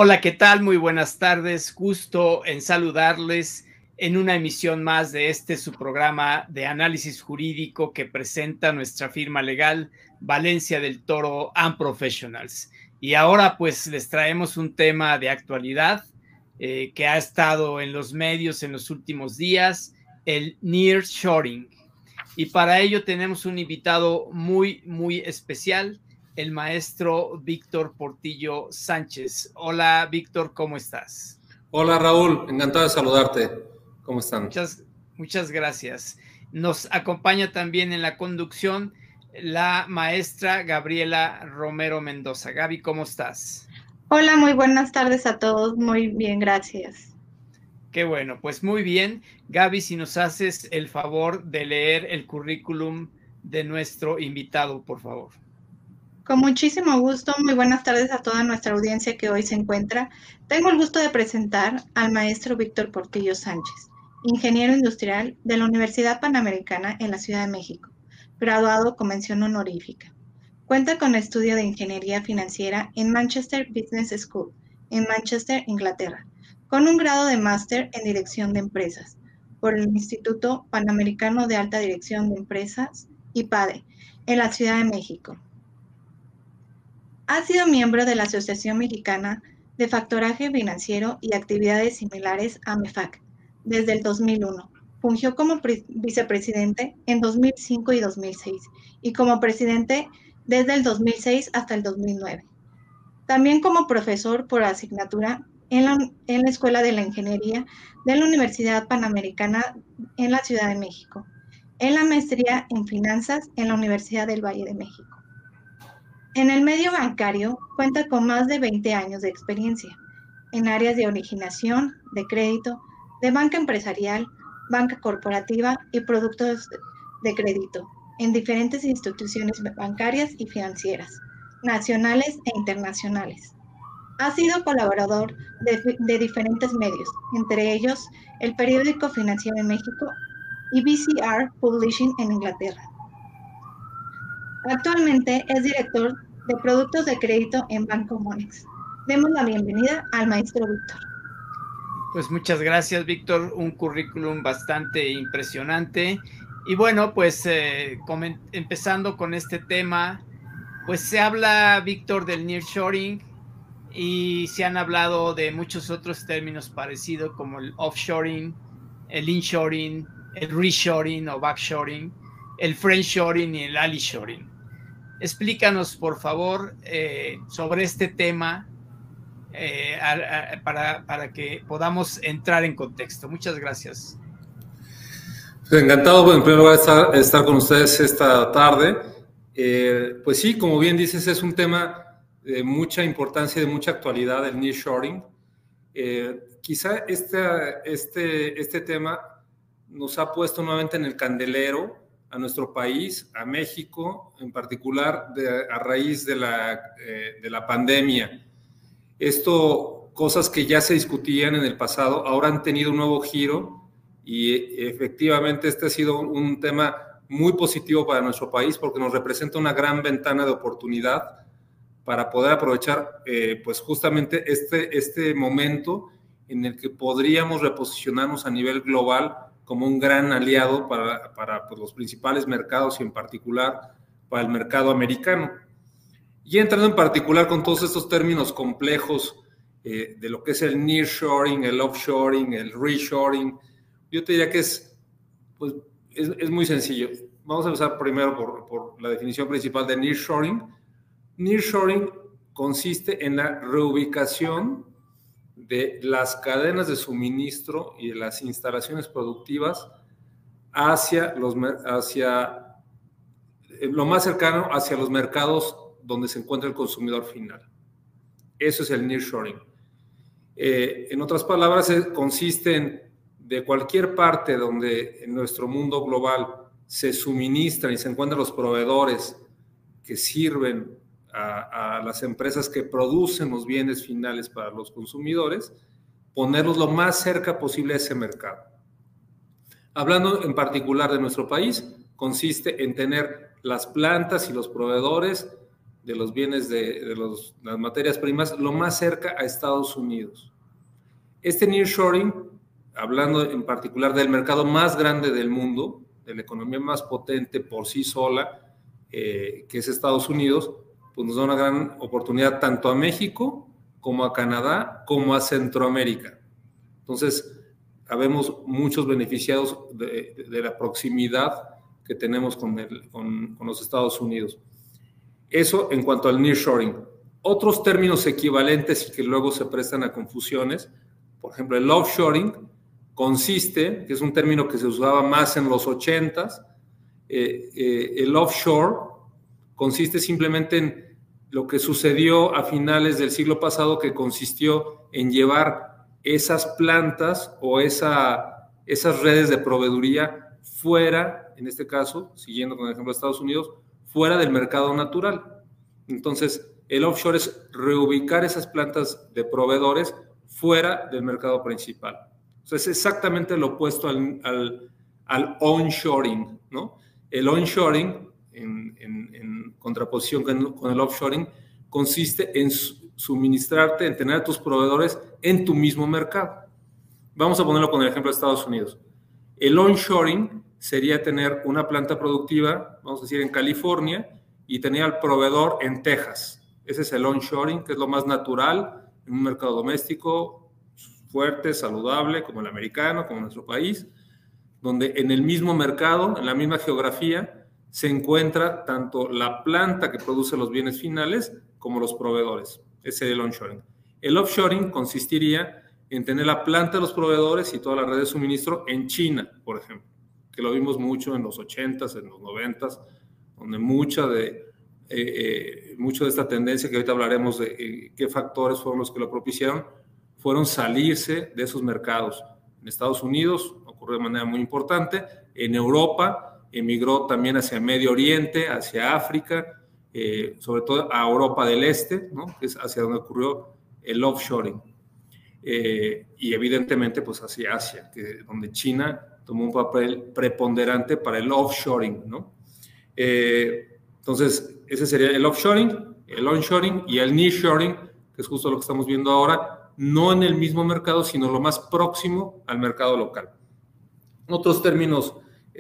Hola, ¿qué tal? Muy buenas tardes. Gusto en saludarles en una emisión más de su programa de análisis jurídico que presenta nuestra firma legal Valencia del Toro and Professionals. Y ahora pues les traemos un tema de actualidad que ha estado en los medios en los últimos días, el nearshoring. Y para ello tenemos un invitado muy especial, el maestro Víctor Portillo Sánchez. Hola, Víctor, ¿cómo estás? Hola, Raúl, encantado de saludarte. ¿Cómo están? Muchas gracias. Nos acompaña también en la conducción la maestra Gabriela Romero Mendoza. Gaby, ¿cómo estás? Hola, muy buenas tardes a todos. Muy bien, gracias. Qué bueno, pues muy bien. Gaby, si nos haces el favor de leer el currículum de nuestro invitado, por favor. Con muchísimo gusto, muy buenas tardes a toda nuestra audiencia que hoy se encuentra. Tengo el gusto de presentar al maestro Víctor Portillo Sánchez, ingeniero industrial de la Universidad Panamericana en la Ciudad de México, graduado con mención honorífica. Cuenta con estudio de ingeniería financiera en Manchester Business School, en Manchester, Inglaterra, con un grado de máster en dirección de empresas por el Instituto Panamericano de Alta Dirección de Empresas, IPADE, en la Ciudad de México. Ha sido miembro de la Asociación Mexicana de Factoraje Financiero y Actividades Similares, AMEFAC, desde el 2001. Fungió como vicepresidente en 2005 y 2006 y como presidente desde el 2006 hasta el 2009. También como profesor por asignatura en la Escuela de la Ingeniería de la Universidad Panamericana en la Ciudad de México, en la maestría en Finanzas en la Universidad del Valle de México. En el medio bancario cuenta con más de 20 años de experiencia en áreas de originación, de crédito, de banca empresarial, banca corporativa y productos de crédito en diferentes instituciones bancarias y financieras, nacionales e internacionales. Ha sido colaborador de diferentes medios, entre ellos el Periódico Financiero en México y BCR Publishing en Inglaterra. Actualmente es director de productos de crédito en Banco Monex. Demos la bienvenida al maestro Víctor. Pues muchas gracias, Víctor. Un currículum bastante impresionante. Y bueno, pues empezando con este tema, pues se habla, Víctor, del nearshoring y se han hablado de muchos otros términos parecidos como el offshoring, el inshoring, el reshoring o backshoring, el friendshoring y el allyshoring. Explícanos, por favor, sobre este tema para que podamos entrar en contexto. Muchas gracias. Encantado, en primer lugar, estar con ustedes esta tarde. Pues sí, como bien dices, es un tema de mucha importancia y de mucha actualidad, el nearshoring. Quizá este tema nos ha puesto nuevamente en el candelero a nuestro país, a México, en particular a raíz de la pandemia. Cosas que ya se discutían en el pasado, ahora han tenido un nuevo giro y efectivamente este ha sido un tema muy positivo para nuestro país porque nos representa una gran ventana de oportunidad para poder aprovechar pues justamente este momento en el que podríamos reposicionarnos a nivel global como un gran aliado para pues, los principales mercados y en particular para el mercado americano. Y entrando en particular con todos estos términos complejos de lo que es el nearshoring, el offshoring, el reshoring, yo te diría que es muy sencillo. Vamos a empezar primero por la definición principal de nearshoring. Nearshoring consiste en la reubicación de las cadenas de suministro y de las instalaciones productivas hacia lo más cercano hacia los mercados donde se encuentra el consumidor final. Eso es el nearshoring. En otras palabras, consiste en de cualquier parte donde en nuestro mundo global se suministran y se encuentran los proveedores que sirven a las empresas que producen los bienes finales para los consumidores, ponerlos lo más cerca posible a ese mercado. Hablando en particular de nuestro país, consiste en tener las plantas y los proveedores de los bienes, de las materias primas, lo más cerca a Estados Unidos. Este nearshoring, hablando en particular del mercado más grande del mundo, de la economía más potente por sí sola, que es Estados Unidos, pues nos da una gran oportunidad tanto a México como a Canadá, como a Centroamérica. Entonces, habemos muchos beneficiados de la proximidad que tenemos con los Estados Unidos. Eso en cuanto al nearshoring. Otros términos equivalentes y que luego se prestan a confusiones, por ejemplo, el offshoring consiste, que es un término que se usaba más en los 80s, el offshore consiste simplemente en lo que sucedió a finales del siglo pasado, que consistió en llevar esas plantas o esas redes de proveeduría fuera, en este caso, siguiendo con el ejemplo de Estados Unidos, fuera del mercado natural. Entonces, el offshore es reubicar esas plantas de proveedores fuera del mercado principal. O sea, es exactamente lo opuesto al onshoring, ¿no? El onshoring, en contraposición con el offshoring, consiste en suministrarte, en tener a tus proveedores en tu mismo mercado. Vamos a ponerlo con el ejemplo de Estados Unidos. El onshoring sería tener una planta productiva, vamos a decir, en California, y tener al proveedor en Texas. Ese es el onshoring, que es lo más natural en un mercado doméstico fuerte, saludable, como el americano, como nuestro país, donde en el mismo mercado, en la misma geografía, se encuentra tanto la planta que produce los bienes finales como los proveedores. Ese es el onshoring. El offshoring consistiría en tener la planta de los proveedores y toda la red de suministro en China, por ejemplo, que lo vimos mucho en los 80s, en los 90s, donde mucho de esta tendencia, que ahorita hablaremos de qué factores fueron los que lo propiciaron, fueron salirse de esos mercados. En Estados Unidos ocurrió de manera muy importante, en Europa emigró también hacia Medio Oriente, hacia África, sobre todo a Europa del Este, ¿no? Que es hacia donde ocurrió el offshoring. Y evidentemente pues hacia Asia, donde China tomó un papel preponderante para el offshoring, ¿no? Entonces, ese sería el offshoring, el onshoring y el nearshoring, que es justo lo que estamos viendo ahora, no en el mismo mercado, sino lo más próximo al mercado local. Otros términos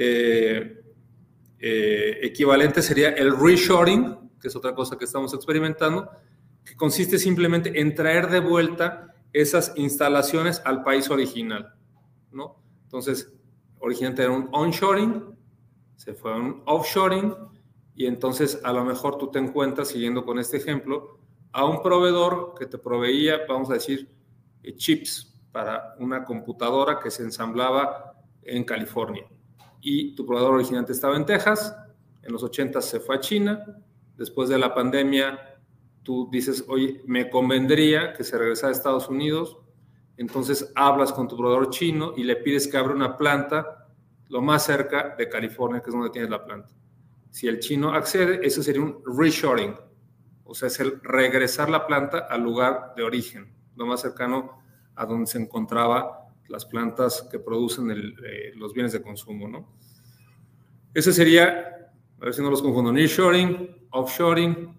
equivalentes sería el reshoring, que es otra cosa que estamos experimentando, que consiste simplemente en traer de vuelta esas instalaciones al país original, ¿no? Entonces, originalmente era un onshoring, se fue a un offshoring, y entonces a lo mejor tú te encuentras, siguiendo con este ejemplo, a un proveedor que te proveía, vamos a decir, chips para una computadora que se ensamblaba en California. Y tu proveedor originalmente estaba en Texas, en los 80 se fue a China, después de la pandemia tú dices, oye, me convendría que se regresara a Estados Unidos, entonces hablas con tu proveedor chino y le pides que abra una planta lo más cerca de California, que es donde tienes la planta. Si el chino accede, eso sería un reshoring, o sea, es el regresar la planta al lugar de origen, lo más cercano a donde se encontraban las plantas que producen los bienes de consumo, ¿no? Ese sería, a ver si no los confundo, nearshoring, offshoring,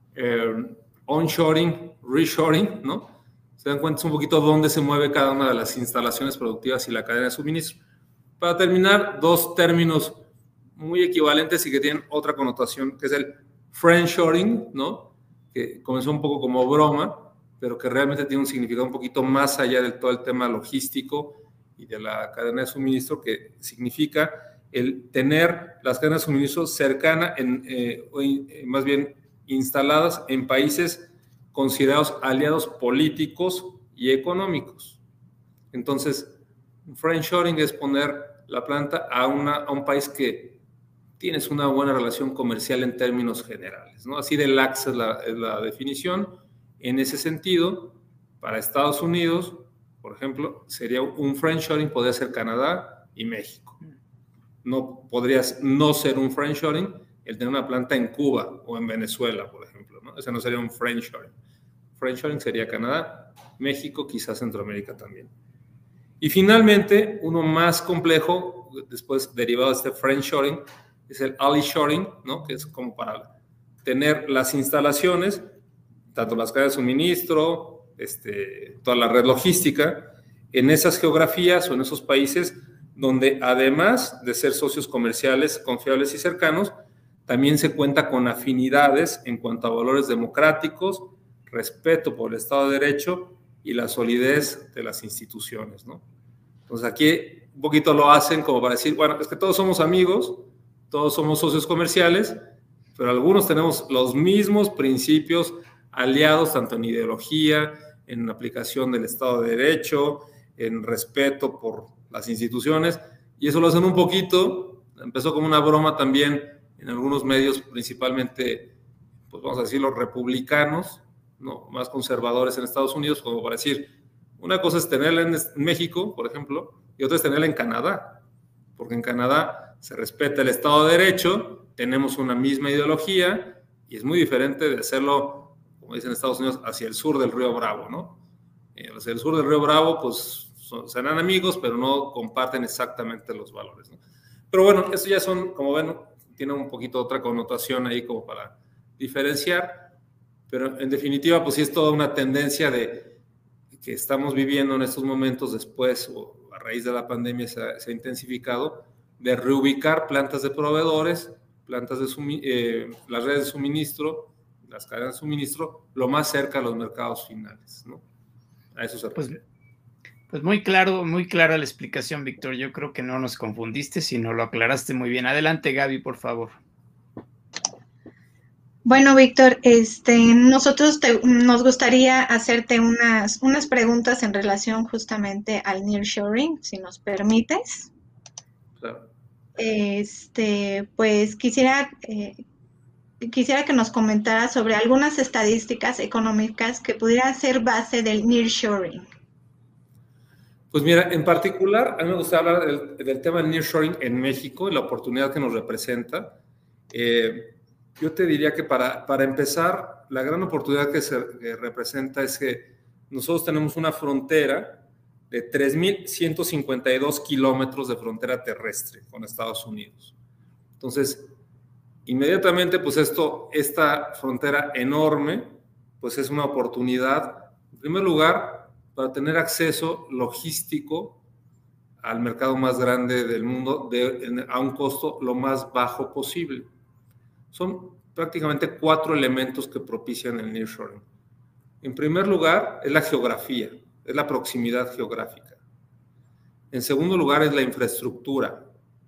onshoring, reshoring, ¿no? Se dan cuenta un poquito dónde se mueve cada una de las instalaciones productivas y la cadena de suministro. Para terminar, dos términos muy equivalentes y que tienen otra connotación, que es el friendshoring, ¿no? Que comenzó un poco como broma, pero que realmente tiene un significado un poquito más allá de todo el tema logístico y de la cadena de suministro, que significa el tener las cadenas de suministro cercanas, más bien instaladas en países considerados aliados políticos y económicos. Entonces, friendshoring es poner la planta a un país que tienes una buena relación comercial en términos generales, ¿no? Así de laxa es la definición. En ese sentido, para Estados Unidos, por ejemplo, sería un friendshoring, podría ser Canadá y México. No podrías no ser un friendshoring el tener una planta en Cuba o en Venezuela, por ejemplo, ¿no? Ese no sería un friendshoring. Friendshoring sería Canadá, México, quizás Centroamérica también. Y finalmente, uno más complejo, después derivado de este friendshoring, es el ally-shoring, ¿no? Que es como para tener las instalaciones, tanto las cadenas de suministro, toda la red logística, en esas geografías o en esos países donde además de ser socios comerciales confiables y cercanos, también se cuenta con afinidades en cuanto a valores democráticos, respeto por el Estado de Derecho y la solidez de las instituciones, ¿no? Entonces aquí un poquito lo hacen como para decir, bueno, es que todos somos amigos, todos somos socios comerciales, pero algunos tenemos los mismos principios aliados tanto en ideología, en aplicación del Estado de Derecho, en respeto por las instituciones, y eso lo hacen un poquito, empezó como una broma también en algunos medios, principalmente, pues vamos a decir, los republicanos, ¿no?, más conservadores en Estados Unidos, como para decir, una cosa es tenerla en México, por ejemplo, y otra es tenerla en Canadá, porque en Canadá se respeta el Estado de Derecho, tenemos una misma ideología, y es muy diferente de hacerlo, como dicen en Estados Unidos, hacia el sur del río Bravo, ¿no? Hacia el sur del río Bravo, pues serán amigos, pero no comparten exactamente los valores, ¿no? Pero bueno, eso ya son, como ven, tiene un poquito otra connotación ahí como para diferenciar, pero en definitiva, pues sí es toda una tendencia de que estamos viviendo en estos momentos después, o a raíz de la pandemia se ha intensificado, de reubicar plantas de proveedores, plantas de las redes de suministro, las cadenas de suministro, lo más cerca a los mercados finales, ¿no? A eso se refiere. Pues muy clara la explicación, Víctor. Yo creo que no nos confundiste, sino lo aclaraste muy bien. Adelante, Gaby, por favor. Bueno, Víctor, nosotros nos gustaría hacerte unas preguntas en relación justamente al nearshoring, si nos permites. Claro. Pues quisiera que nos comentara sobre algunas estadísticas económicas que pudieran ser base del nearshoring. Pues mira, en particular, a mí me gusta hablar del tema del nearshoring en México y la oportunidad que nos representa. Yo te diría que para empezar, la gran oportunidad que representa es que nosotros tenemos una frontera de 3,152 kilómetros de frontera terrestre con Estados Unidos. Entonces, inmediatamente, pues esta frontera enorme, pues es una oportunidad, en primer lugar, para tener acceso logístico al mercado más grande del mundo a un costo lo más bajo posible. Son prácticamente 4 elementos que propician el nearshoring. En primer lugar, es la geografía, es la proximidad geográfica. En segundo lugar, es la infraestructura.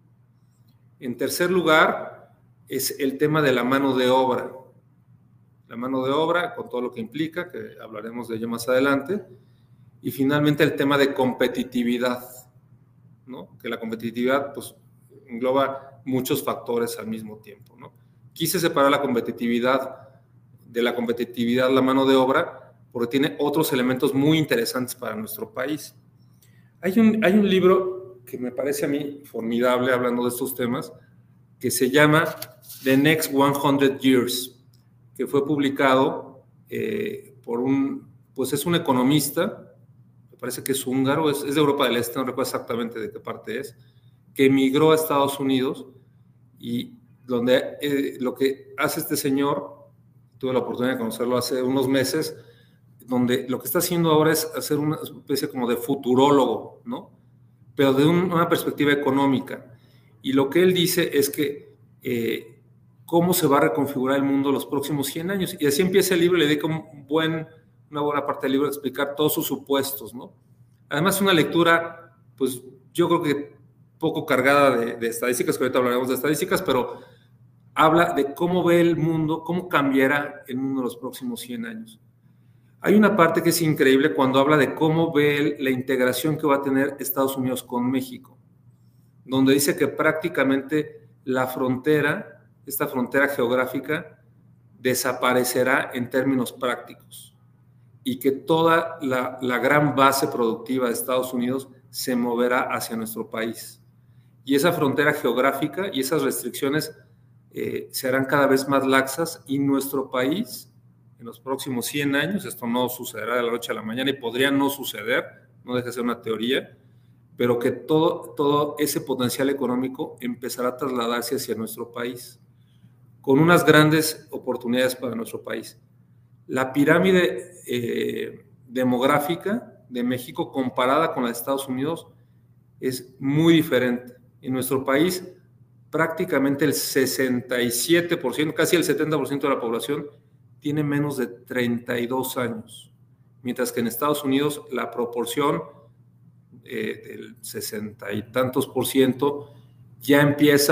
En tercer lugar, es el tema de la mano de obra. La mano de obra, con todo lo que implica, que hablaremos de ello más adelante. Y finalmente el tema de competitividad, ¿no? Que la competitividad pues, engloba muchos factores al mismo tiempo, ¿no? Quise separar la competitividad de la mano de obra porque tiene otros elementos muy interesantes para nuestro país. Hay un libro que me parece a mí formidable hablando de estos temas que se llama The Next 100 Years, que fue publicado pues es un economista, parece que es húngaro, es de Europa del Este, no recuerdo exactamente de qué parte es, que emigró a Estados Unidos y donde lo que hace este señor, tuve la oportunidad de conocerlo hace unos meses, donde lo que está haciendo ahora es hacer una especie como de futurólogo, ¿no? Pero de una perspectiva económica. Y lo que él dice es que cómo se va a reconfigurar el mundo los próximos 100 años. Y así empieza el libro y le dedica una buena parte del libro a explicar todos sus supuestos, ¿no? Además, es una lectura, pues yo creo que poco cargada de estadísticas, que ahorita hablaremos de estadísticas, pero habla de cómo ve el mundo, cómo cambiará el mundo en los próximos 100 años. Hay una parte que es increíble cuando habla de cómo ve la integración que va a tener Estados Unidos con México, donde dice que prácticamente esta frontera geográfica, desaparecerá en términos prácticos y que toda la gran base productiva de Estados Unidos se moverá hacia nuestro país. Y esa frontera geográfica y esas restricciones se harán cada vez más laxas y nuestro país, en los próximos 100 años, esto no sucederá de la noche a la mañana y podría no suceder, no deja de ser una teoría, pero que todo ese potencial económico empezará a trasladarse hacia nuestro país. con unas grandes oportunidades para nuestro país. La pirámide demográfica de México comparada con la de Estados Unidos es muy diferente. En nuestro país, prácticamente el 67%, casi el 70% de la población tiene menos de 32 años, mientras que en Estados Unidos la proporción del 60 y tantos por ciento ya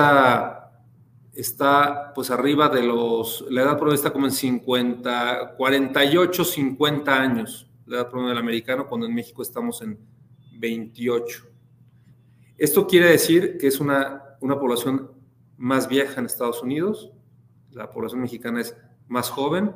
está pues arriba de la edad promedio está como en 50, 48, 50 años, la edad promedio del americano, cuando en México estamos en 28. Esto quiere decir que es una población más vieja en Estados Unidos, la población mexicana es más joven,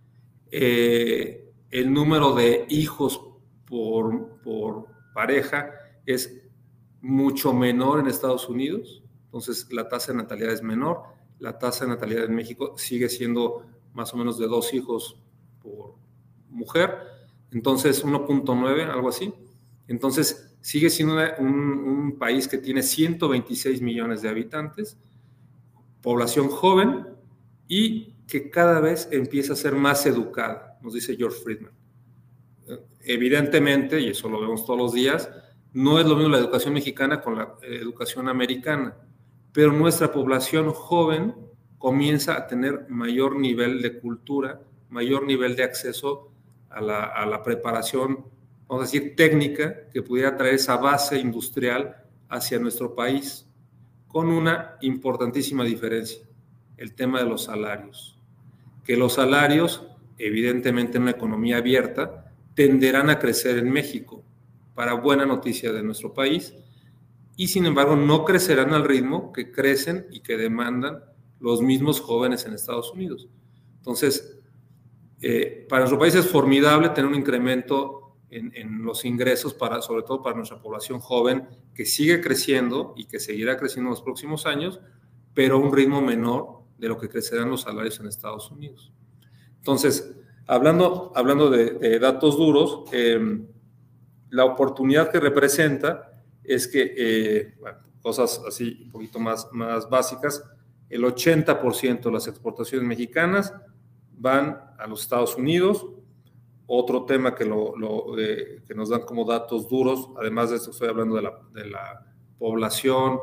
el número de hijos por pareja es mucho menor en Estados Unidos, entonces la tasa de natalidad es menor, la tasa de natalidad en México sigue siendo más o menos de 2 hijos por mujer, entonces 1.9, algo así. Entonces sigue siendo un país que tiene 126 millones de habitantes, población joven y que cada vez empieza a ser más educada, nos dice George Friedman. Evidentemente, y eso lo vemos todos los días, no es lo mismo la educación mexicana con la educación americana, pero nuestra población joven comienza a tener mayor nivel de cultura, mayor nivel de acceso a la preparación, vamos a decir, técnica, que pudiera traer esa base industrial hacia nuestro país, con una importantísima diferencia, el tema de los salarios. Que los salarios, evidentemente en una economía abierta, tenderán a crecer en México, para buena noticia de nuestro país, y sin embargo no crecerán al ritmo que crecen y que demandan los mismos jóvenes en Estados Unidos. Entonces, para nuestro país es formidable tener un incremento en los ingresos, sobre todo para nuestra población joven, que sigue creciendo y que seguirá creciendo en los próximos años, pero a un ritmo menor de lo que crecerán los salarios en Estados Unidos. Entonces, hablando de datos duros, la oportunidad que representa es que, cosas así un poquito más básicas, el 80% de las exportaciones mexicanas van a los Estados Unidos. Otro tema que nos dan como datos duros, además de esto estoy hablando de la población,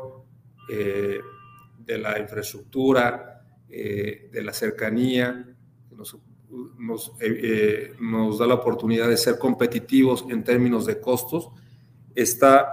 de la infraestructura, de la cercanía, nos da la oportunidad de ser competitivos en términos de costos. Está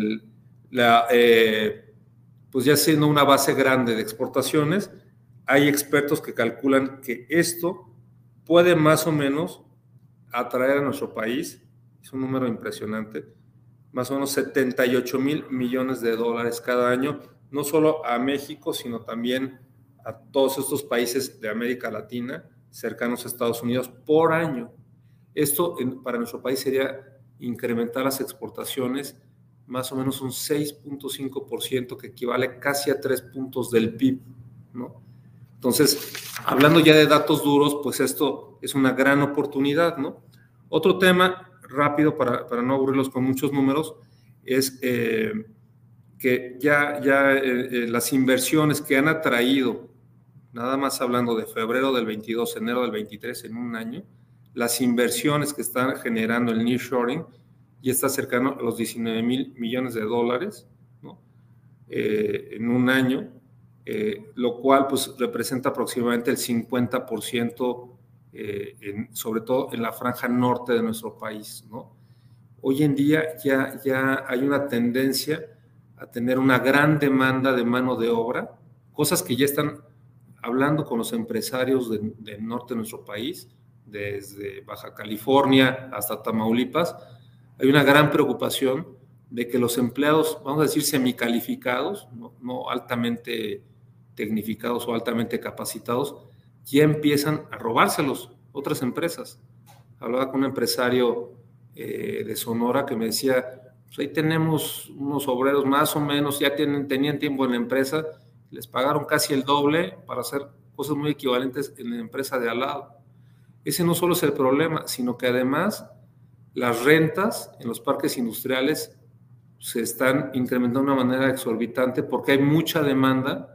pues ya siendo una base grande de exportaciones, hay expertos que calculan que esto puede más o menos atraer a nuestro país, es un número impresionante, más o menos 78 mil millones de dólares cada año, no solo a México, sino también a todos estos países de América Latina, cercanos a Estados Unidos, por año. Esto para nuestro país sería incrementar las exportaciones más o menos un 6.5%, que equivale casi a 3 puntos del PIB, ¿no? Entonces, hablando ya de datos duros, pues esto es una gran oportunidad, ¿no? Otro tema rápido para no aburrirlos con muchos números es que ya las inversiones que han atraído, nada más hablando de febrero del 22, enero del 23, en un año, las inversiones que están generando el nearshoring ya está cercano a los 19 mil millones de dólares, ¿no? En un año, lo cual pues representa aproximadamente el 50%, sobre todo en la franja norte de nuestro país, ¿no? Hoy en día ya hay una tendencia a tener una gran demanda de mano de obra, cosas que ya están hablando con los empresarios del norte de nuestro país, desde Baja California hasta Tamaulipas. Hay una gran preocupación de que los empleados, vamos a decir, semicalificados, no altamente tecnificados o altamente capacitados, ya empiezan a robárselos otras empresas. Hablaba con un empresario de Sonora que me decía, pues ahí tenemos unos obreros más o menos, ya tenían tiempo en la empresa, les pagaron casi el doble para hacer cosas muy equivalentes en la empresa de al lado. Ese no solo es el problema, sino que además las rentas en los parques industriales se están incrementando de una manera exorbitante porque hay mucha demanda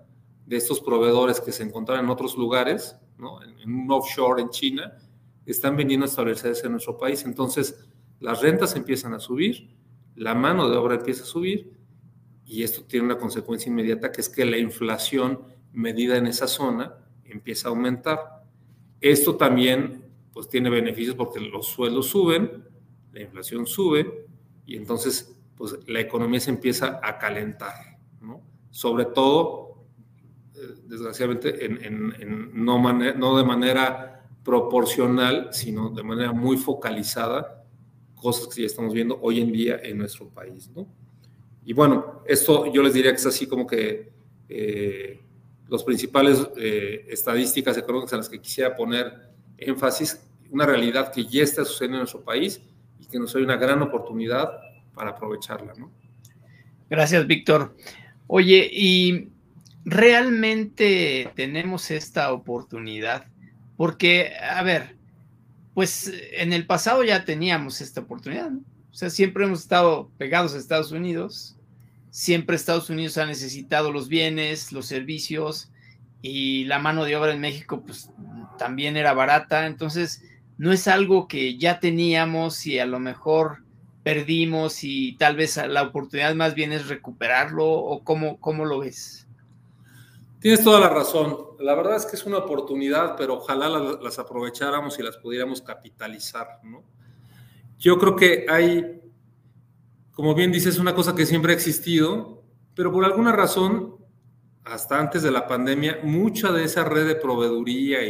de estos proveedores que se encontraban en otros lugares, ¿no? En un offshore en China, están viniendo a establecerse en nuestro país. Entonces, las rentas empiezan a subir, la mano de obra empieza a subir, y esto tiene una consecuencia inmediata, que es que la inflación medida en esa zona empieza a aumentar. Esto también pues tiene beneficios porque los sueldos suben, la inflación sube, y entonces pues la economía se empieza a calentar, ¿no? Sobre todo, desgraciadamente, no de manera proporcional, sino de manera muy focalizada, cosas que ya estamos viendo hoy en día en nuestro país, ¿no? Y bueno, esto yo les diría que es así como que los principales estadísticas económicas en las que quisiera poner énfasis, una realidad que ya está sucediendo en nuestro país y que nos da una gran oportunidad para aprovecharla, ¿no? Gracias, Víctor. Oye, ¿y realmente tenemos esta oportunidad? Porque, a ver, pues en el pasado ya teníamos esta oportunidad, ¿no? O sea, siempre hemos estado pegados a Estados Unidos, siempre Estados Unidos ha necesitado los bienes, los servicios, y la mano de obra en México pues también era barata. Entonces no es algo que ya teníamos y a lo mejor perdimos, y tal vez la oportunidad más bien es recuperarlo, o cómo lo ves. Tienes toda la razón. La verdad es que es una oportunidad, pero ojalá las aprovecháramos y las pudiéramos capitalizar, ¿no? Yo creo que hay, como bien dices, una cosa que siempre ha existido, pero por alguna razón, hasta antes de la pandemia, mucha de esa red de proveeduría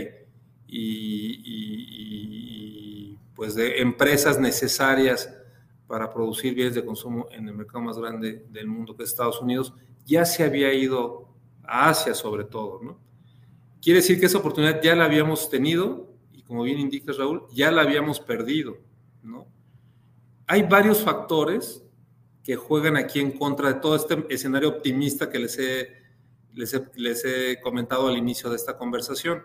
y pues de empresas necesarias para producir bienes de consumo en el mercado más grande del mundo, que es Estados Unidos, ya se había ido a Asia sobre todo, ¿no? Quiere decir que esa oportunidad ya la habíamos tenido y, como bien indicas, Raúl, ya la habíamos perdido, ¿no? Hay varios factores que juegan aquí en contra de todo este escenario optimista que les he comentado al inicio de esta conversación.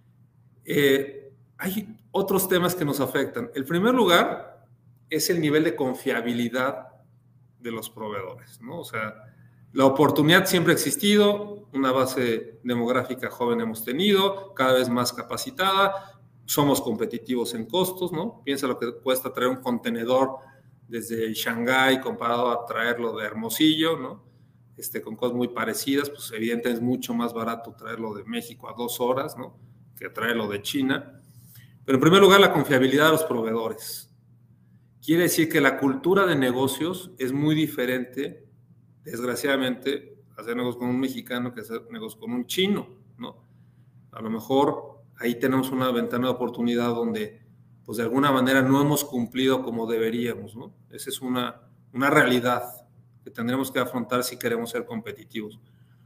Hay otros temas que nos afectan. El primer lugar es el nivel de confiabilidad de los proveedores, ¿no? O sea, la oportunidad siempre ha existido, una base demográfica joven hemos tenido, cada vez más capacitada, somos competitivos en costos, ¿no? Piensa lo que cuesta traer un contenedor desde Shanghái comparado a traerlo de Hermosillo, ¿no? Con cosas muy parecidas, pues evidentemente es mucho más barato traerlo de México a 2 horas, ¿no? Que traerlo de China. Pero en primer lugar, la confiabilidad de los proveedores. Quiere decir que la cultura de negocios es muy diferente, desgraciadamente, hacer negocios con un mexicano que hacer negocios con un chino, ¿no? A lo mejor ahí tenemos una ventana de oportunidad donde, pues de alguna manera no hemos cumplido como deberíamos, ¿no? Esa es una realidad que tendremos que afrontar si queremos ser competitivos.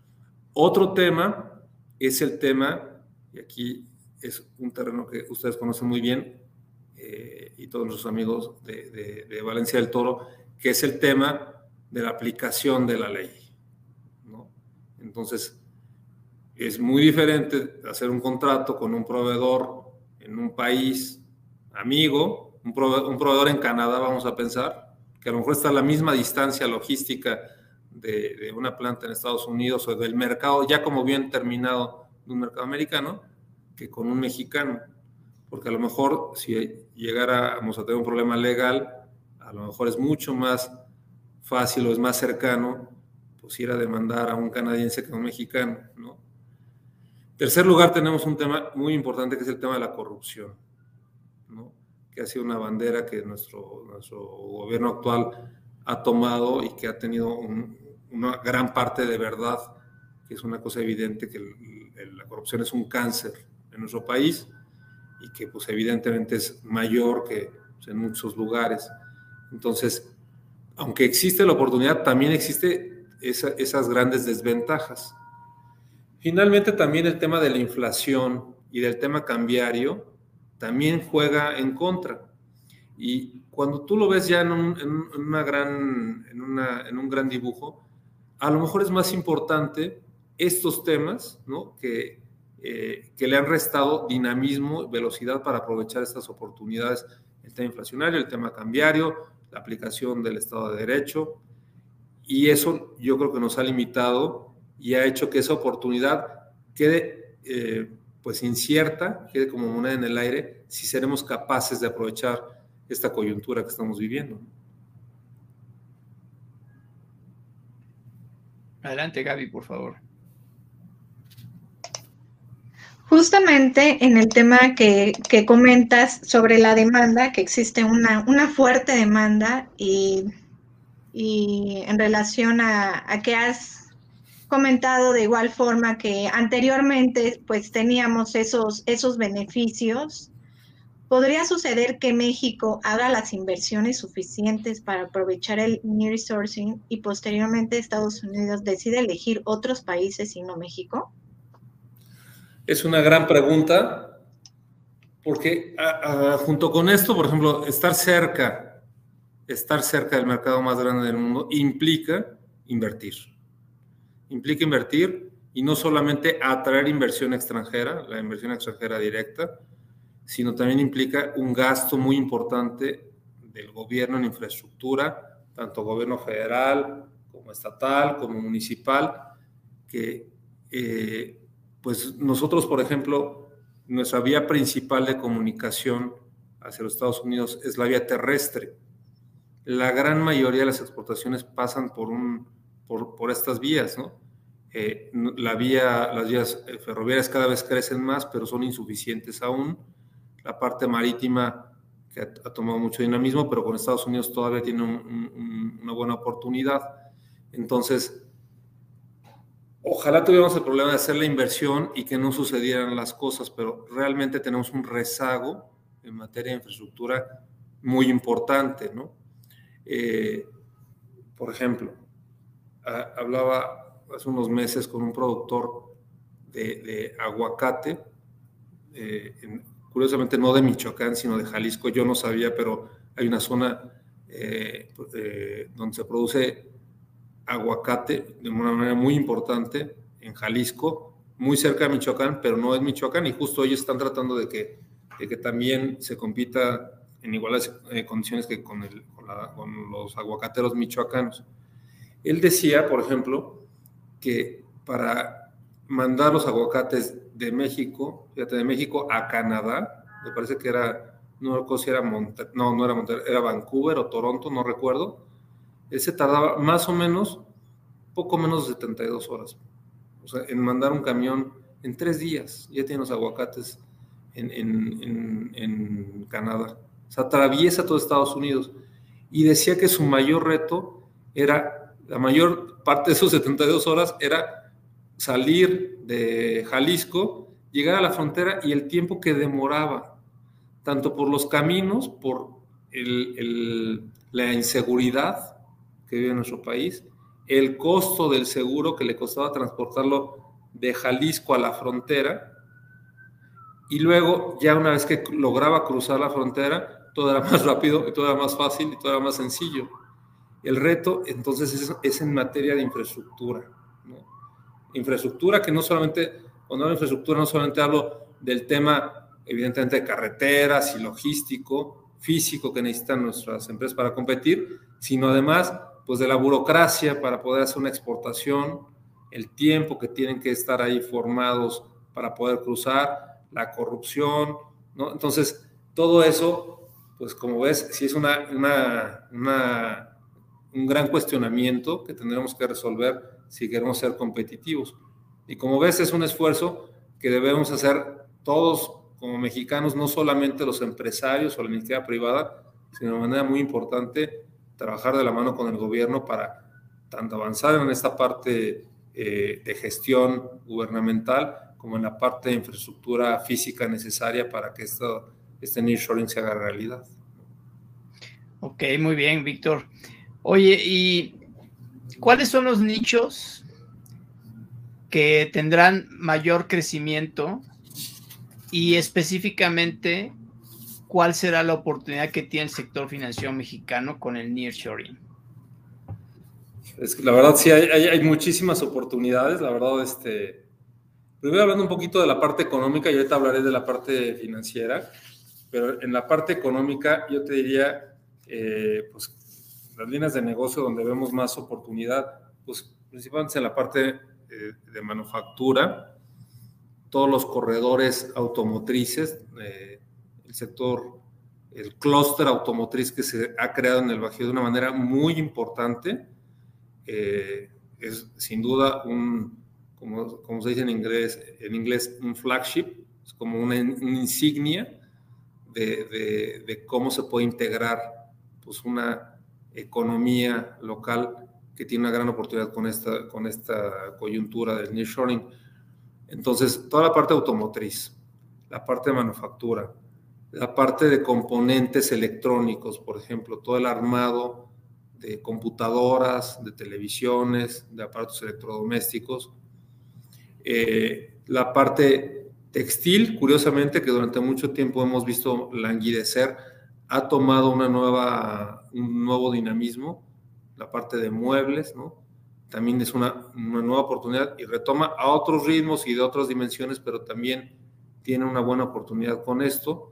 Otro tema es el tema, y aquí es un terreno que ustedes conocen muy bien, y todos nuestros amigos de Valencia del Toro, que es el tema de la aplicación de la ley, ¿no? Entonces, es muy diferente hacer un contrato con un proveedor en un país amigo, un proveedor en Canadá, vamos a pensar, que a lo mejor está a la misma distancia logística de una planta en Estados Unidos o del mercado ya como bien terminado de un mercado americano, que con un mexicano. Porque a lo mejor si llegáramos a tener un problema legal, a lo mejor es mucho más fácil o es más cercano pues ir a demandar a un canadiense que a un mexicano, ¿no? En tercer lugar, tenemos un tema muy importante que es el tema de la corrupción, ¿no? Que ha sido una bandera que nuestro gobierno actual ha tomado y que ha tenido una gran parte de verdad, que es una cosa evidente, que la corrupción es un cáncer en nuestro país y que pues evidentemente es mayor que pues, en muchos lugares. Entonces, aunque existe la oportunidad, también existe esas grandes desventajas. Finalmente, también el tema de la inflación y del tema cambiario también juega en contra. Y cuando tú lo ves ya en un gran dibujo, a lo mejor es más importante estos temas, ¿no? que le han restado dinamismo, velocidad para aprovechar estas oportunidades, el tema inflacionario, el tema cambiario, la aplicación del Estado de Derecho, y eso yo creo que nos ha limitado y ha hecho que esa oportunidad quede pues incierta, quede como moneda en el aire, si seremos capaces de aprovechar esta coyuntura que estamos viviendo. Adelante, Gaby, por favor. Justamente en el tema que comentas sobre la demanda, que existe una fuerte demanda y en relación a que has comentado de igual forma que anteriormente pues teníamos esos beneficios, ¿podría suceder que México haga las inversiones suficientes para aprovechar el nearshoring y posteriormente Estados Unidos decide elegir otros países y no México? Es una gran pregunta, porque junto con esto, por ejemplo, estar cerca del mercado más grande del mundo implica invertir. Implica invertir y no solamente atraer inversión extranjera, la inversión extranjera directa, sino también implica un gasto muy importante del gobierno en infraestructura, tanto gobierno federal como estatal, como municipal, que pues nosotros, por ejemplo, nuestra vía principal de comunicación hacia los Estados Unidos es la vía terrestre. La gran mayoría de las exportaciones pasan por estas vías, ¿no? Las vías ferroviarias cada vez crecen más, pero son insuficientes aún. La parte marítima que ha tomado mucho dinamismo, pero con Estados Unidos todavía tiene una buena oportunidad. Entonces, ojalá tuviéramos el problema de hacer la inversión y que no sucedieran las cosas, pero realmente tenemos un rezago en materia de infraestructura muy importante, ¿no? Por ejemplo, hablaba hace unos meses con un productor de aguacate, curiosamente no de Michoacán, sino de Jalisco. Yo no sabía, pero hay una zona donde se produce aguacate de una manera muy importante en Jalisco, muy cerca de Michoacán, pero no es Michoacán, y justo ellos están tratando de que también se compita en iguales condiciones que con los aguacateros michoacanos. Él decía, por ejemplo, que para mandar los aguacates de México, fíjate, de México a Canadá, me parece que era, no recuerdo si era no era Monterrey, era Vancouver o Toronto, no recuerdo. Él se tardaba más o menos, poco menos de 72 horas. O sea, en mandar un camión en 3 días, ya tiene los aguacates en Canadá. O sea, atraviesa todo Estados Unidos. Y decía que su mayor reto era, la mayor parte de esos 72 horas era salir de Jalisco, llegar a la frontera y el tiempo que demoraba, tanto por los caminos, por la inseguridad que vive en nuestro país, el costo del seguro que le costaba transportarlo de Jalisco a la frontera, y luego ya una vez que lograba cruzar la frontera, todo era más rápido, y todo era más fácil y todo era más sencillo. El reto entonces es en materia de infraestructura, ¿no? Infraestructura que no solamente, cuando hablo de infraestructura no solamente hablo del tema evidentemente de carreteras y logístico, físico que necesitan nuestras empresas para competir, sino además pues de la burocracia para poder hacer una exportación, el tiempo que tienen que estar ahí formados para poder cruzar, la corrupción, ¿no? Entonces, todo eso, pues como ves, sí es un gran cuestionamiento que tendremos que resolver si queremos ser competitivos. Y como ves, es un esfuerzo que debemos hacer todos como mexicanos, no solamente los empresarios o la iniciativa privada, sino de manera muy importante trabajar de la mano con el gobierno para tanto avanzar en esta parte de gestión gubernamental como en la parte de infraestructura física necesaria para que este nearshoring se haga realidad. Ok, muy bien, Víctor. Oye, ¿y cuáles son los nichos que tendrán mayor crecimiento y específicamente cuál será la oportunidad que tiene el sector financiero mexicano con el nearshoring? Es que la verdad sí hay muchísimas oportunidades, la verdad. Primero hablando un poquito de la parte económica, y ahorita hablaré de la parte financiera, pero en la parte económica yo te diría, pues las líneas de negocio donde vemos más oportunidad, pues principalmente en la parte de manufactura, todos los corredores automotrices, el sector, el clúster automotriz que se ha creado en el Bajío de una manera muy importante, es sin duda como se dice en inglés, un flagship, es como una insignia de cómo se puede integrar pues una economía local que tiene una gran oportunidad con esta coyuntura del nearshoring. Entonces, toda la parte automotriz, la parte de manufactura, la parte de componentes electrónicos, por ejemplo, todo el armado de computadoras, de televisiones, de aparatos electrodomésticos, la parte textil, curiosamente, que durante mucho tiempo hemos visto languidecer, ha tomado un nuevo dinamismo, la parte de muebles, ¿no? También es una nueva oportunidad y retoma a otros ritmos y de otras dimensiones, pero también tiene una buena oportunidad con esto.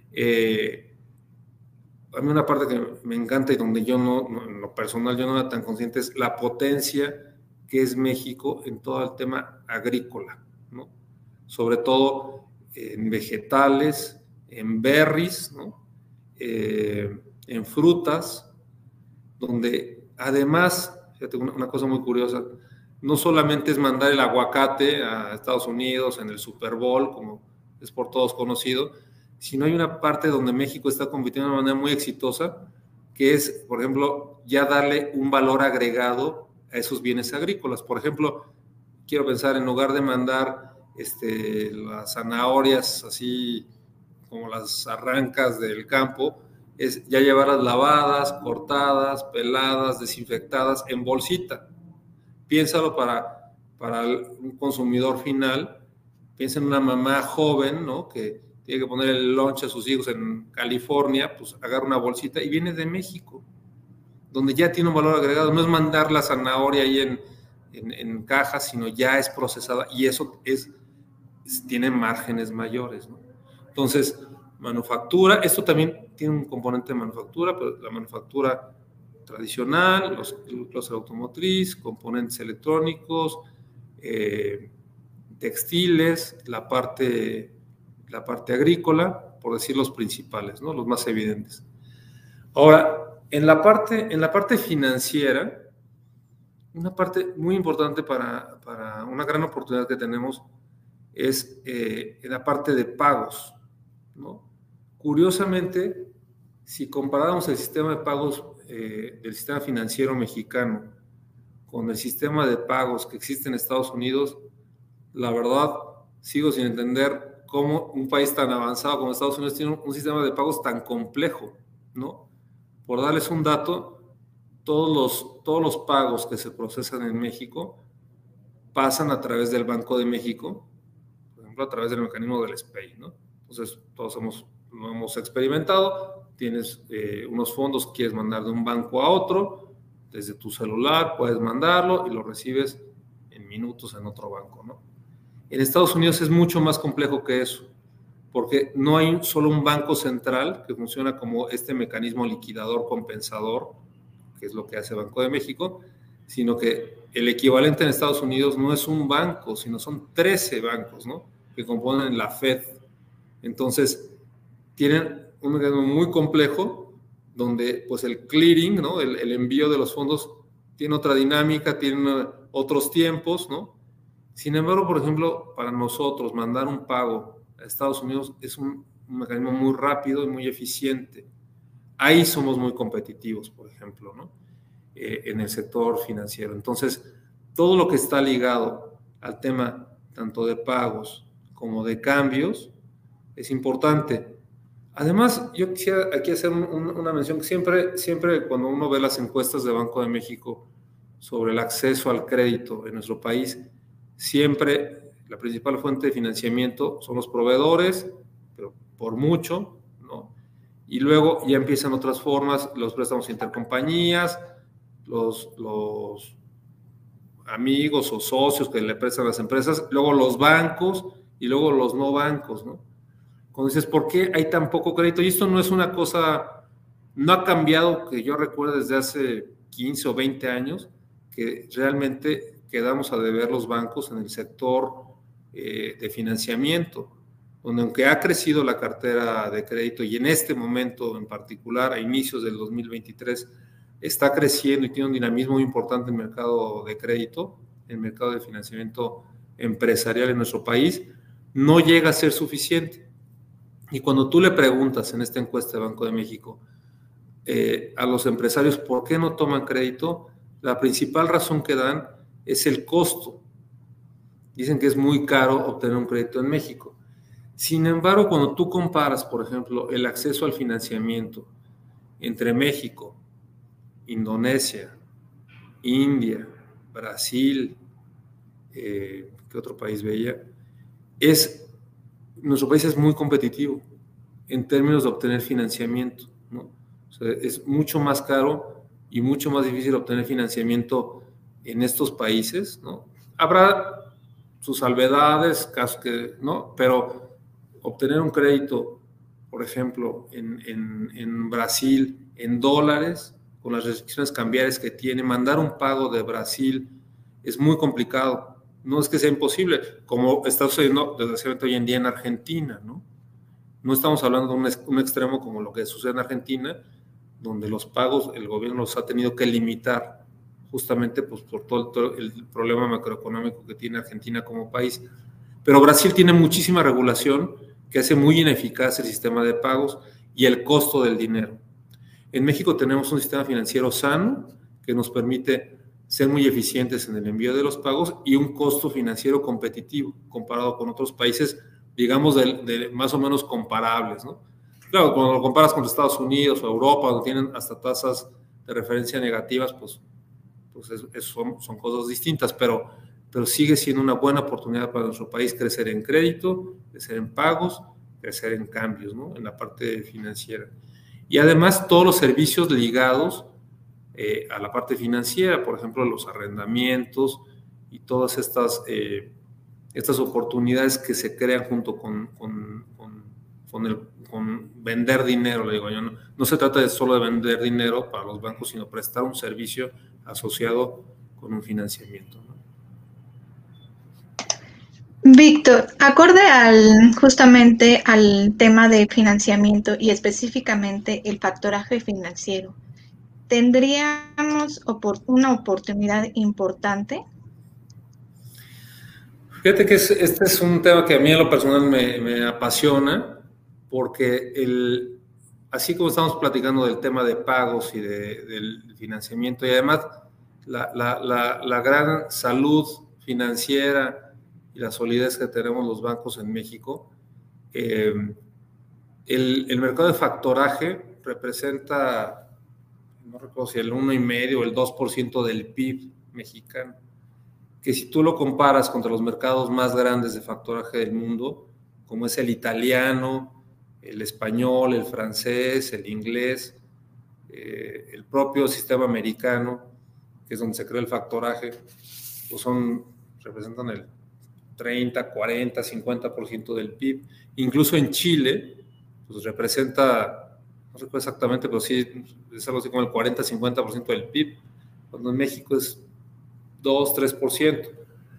A mí una parte que me encanta y donde yo en lo personal yo no era tan consciente es la potencia que es México en todo el tema agrícola, ¿no? Sobre todo en vegetales, en berries, ¿no? En frutas, donde además, fíjate, una cosa muy curiosa, no solamente es mandar el aguacate a Estados Unidos en el Super Bowl, como es por todos conocido, sino hay una parte donde México está compitiendo de una manera muy exitosa, que es, por ejemplo, ya darle un valor agregado a esos bienes agrícolas. Por ejemplo, quiero pensar, en lugar de mandar las zanahorias así como las arrancas del campo, es ya llevarlas lavadas, cortadas, peladas, desinfectadas en bolsita. Piénsalo para un consumidor final, piensa en una mamá joven, ¿no? Que tiene que poner el lunch a sus hijos en California, pues agarra una bolsita y viene de México, donde ya tiene un valor agregado. No es mandar la zanahoria ahí en cajas, sino ya es procesada y eso tiene márgenes mayores, ¿no? Entonces, manufactura, esto también tiene un componente de manufactura, pero la manufactura tradicional, los automotriz, componentes electrónicos, textiles, la parte agrícola, por decir los principales, ¿no? Los más evidentes. Ahora, en la parte financiera, una parte muy importante para una gran oportunidad que tenemos es en la parte de pagos, ¿no? Curiosamente, si comparáramos el sistema de pagos del sistema financiero mexicano con el sistema de pagos que existe en Estados Unidos, la verdad, sigo sin entender cómo un país tan avanzado como Estados Unidos tiene un sistema de pagos tan complejo, ¿no? Por darles un dato, todos los pagos que se procesan en México pasan a través del Banco de México, por ejemplo, a través del mecanismo del SPEI, ¿no? Entonces, todos lo hemos experimentado. Tienes unos fondos que quieres mandar de un banco a otro, desde tu celular puedes mandarlo y lo recibes en minutos en otro banco, ¿no? En Estados Unidos es mucho más complejo que eso, porque no hay solo un banco central que funciona como este mecanismo liquidador compensador, que es lo que hace Banco de México, sino que el equivalente en Estados Unidos no es un banco, sino son 13 bancos, ¿no? Que componen la Fed. Entonces, tienen un mecanismo muy complejo donde pues el clearing, ¿no? El envío de los fondos tiene otra dinámica, tiene otros tiempos, ¿no? Sin embargo, por ejemplo, para nosotros mandar un pago a Estados Unidos es un mecanismo muy rápido y muy eficiente. Ahí somos muy competitivos, por ejemplo, ¿no? En el sector financiero. Entonces, todo lo que está ligado al tema tanto de pagos como de cambios es importante. Además, yo quisiera aquí hacer una mención que siempre cuando uno ve las encuestas de Banco de México sobre el acceso al crédito en nuestro país, siempre la principal fuente de financiamiento son los proveedores, pero por mucho, ¿no? Y luego ya empiezan otras formas, los préstamos intercompañías, los amigos o socios que le prestan a las empresas, luego los bancos y luego los no bancos, ¿no? Cuando dices, ¿por qué hay tan poco crédito? Y esto no es una cosa, no ha cambiado, que yo recuerdo desde hace 15 o 20 años, que realmente quedamos a deber los bancos en el sector de financiamiento, donde aunque ha crecido la cartera de crédito y en este momento en particular, a inicios del 2023, está creciendo y tiene un dinamismo muy importante en el mercado de crédito, en el mercado de financiamiento empresarial en nuestro país, no llega a ser suficiente. Y cuando tú le preguntas en esta encuesta de Banco de México a los empresarios por qué no toman crédito, la principal razón que dan es el costo. Dicen que es muy caro obtener un crédito en México. Sin embargo, cuando tú comparas, por ejemplo, el acceso al financiamiento entre México, Indonesia, India, Brasil, ¿qué otro país veía? Nuestro país es muy competitivo en términos de obtener financiamiento, ¿no? O sea, es mucho más caro y mucho más difícil obtener financiamiento en estos países, ¿no? Habrá sus salvedades, casos que, ¿no? Pero obtener un crédito, por ejemplo, en Brasil, en dólares, con las restricciones cambiarias que tiene, mandar un pago de Brasil es muy complicado. No es que sea imposible, como está sucediendo desgraciadamente hoy en día en Argentina, ¿no? No estamos hablando de un extremo como lo que sucede en Argentina, donde los pagos el gobierno los ha tenido que limitar, justamente pues, por todo el problema macroeconómico que tiene Argentina como país. Pero Brasil tiene muchísima regulación que hace muy ineficaz el sistema de pagos y el costo del dinero. En México tenemos un sistema financiero sano que nos permite ser muy eficientes en el envío de los pagos y un costo financiero competitivo comparado con otros países, digamos, de más o menos comparables, ¿no? Claro, cuando lo comparas con Estados Unidos o Europa, donde tienen hasta tasas de referencia negativas, pues son cosas distintas, pero sigue siendo una buena oportunidad para nuestro país crecer en crédito, crecer en pagos, crecer en cambios, ¿no? En la parte financiera. Y además todos los servicios ligados a la parte financiera, por ejemplo, los arrendamientos y todas estas oportunidades que se crean junto con vender dinero, le digo yo. No se trata solo de vender dinero para los bancos, sino prestar un servicio asociado con un financiamiento, ¿no? Víctor, acorde justamente al tema de financiamiento y específicamente el factoraje financiero, ¿tendríamos una oportunidad importante? Fíjate que este es un tema que a mí en lo personal me apasiona, porque así como estamos platicando del tema de pagos y del financiamiento, y además la gran salud financiera y la solidez que tenemos los bancos en México, el mercado de factoraje representa, no recuerdo si el 1,5% o el 2% del PIB mexicano, que si tú lo comparas contra los mercados más grandes de factoraje del mundo, como es el italiano, el español, el francés, el inglés, el propio sistema americano, que es donde se crea el factoraje, pues representan el 30, 40, 50% del PIB. Incluso en Chile, pues representa, no recuerdo exactamente, pero sí es algo así como el 40, 50% del PIB, cuando en México es 2, 3%.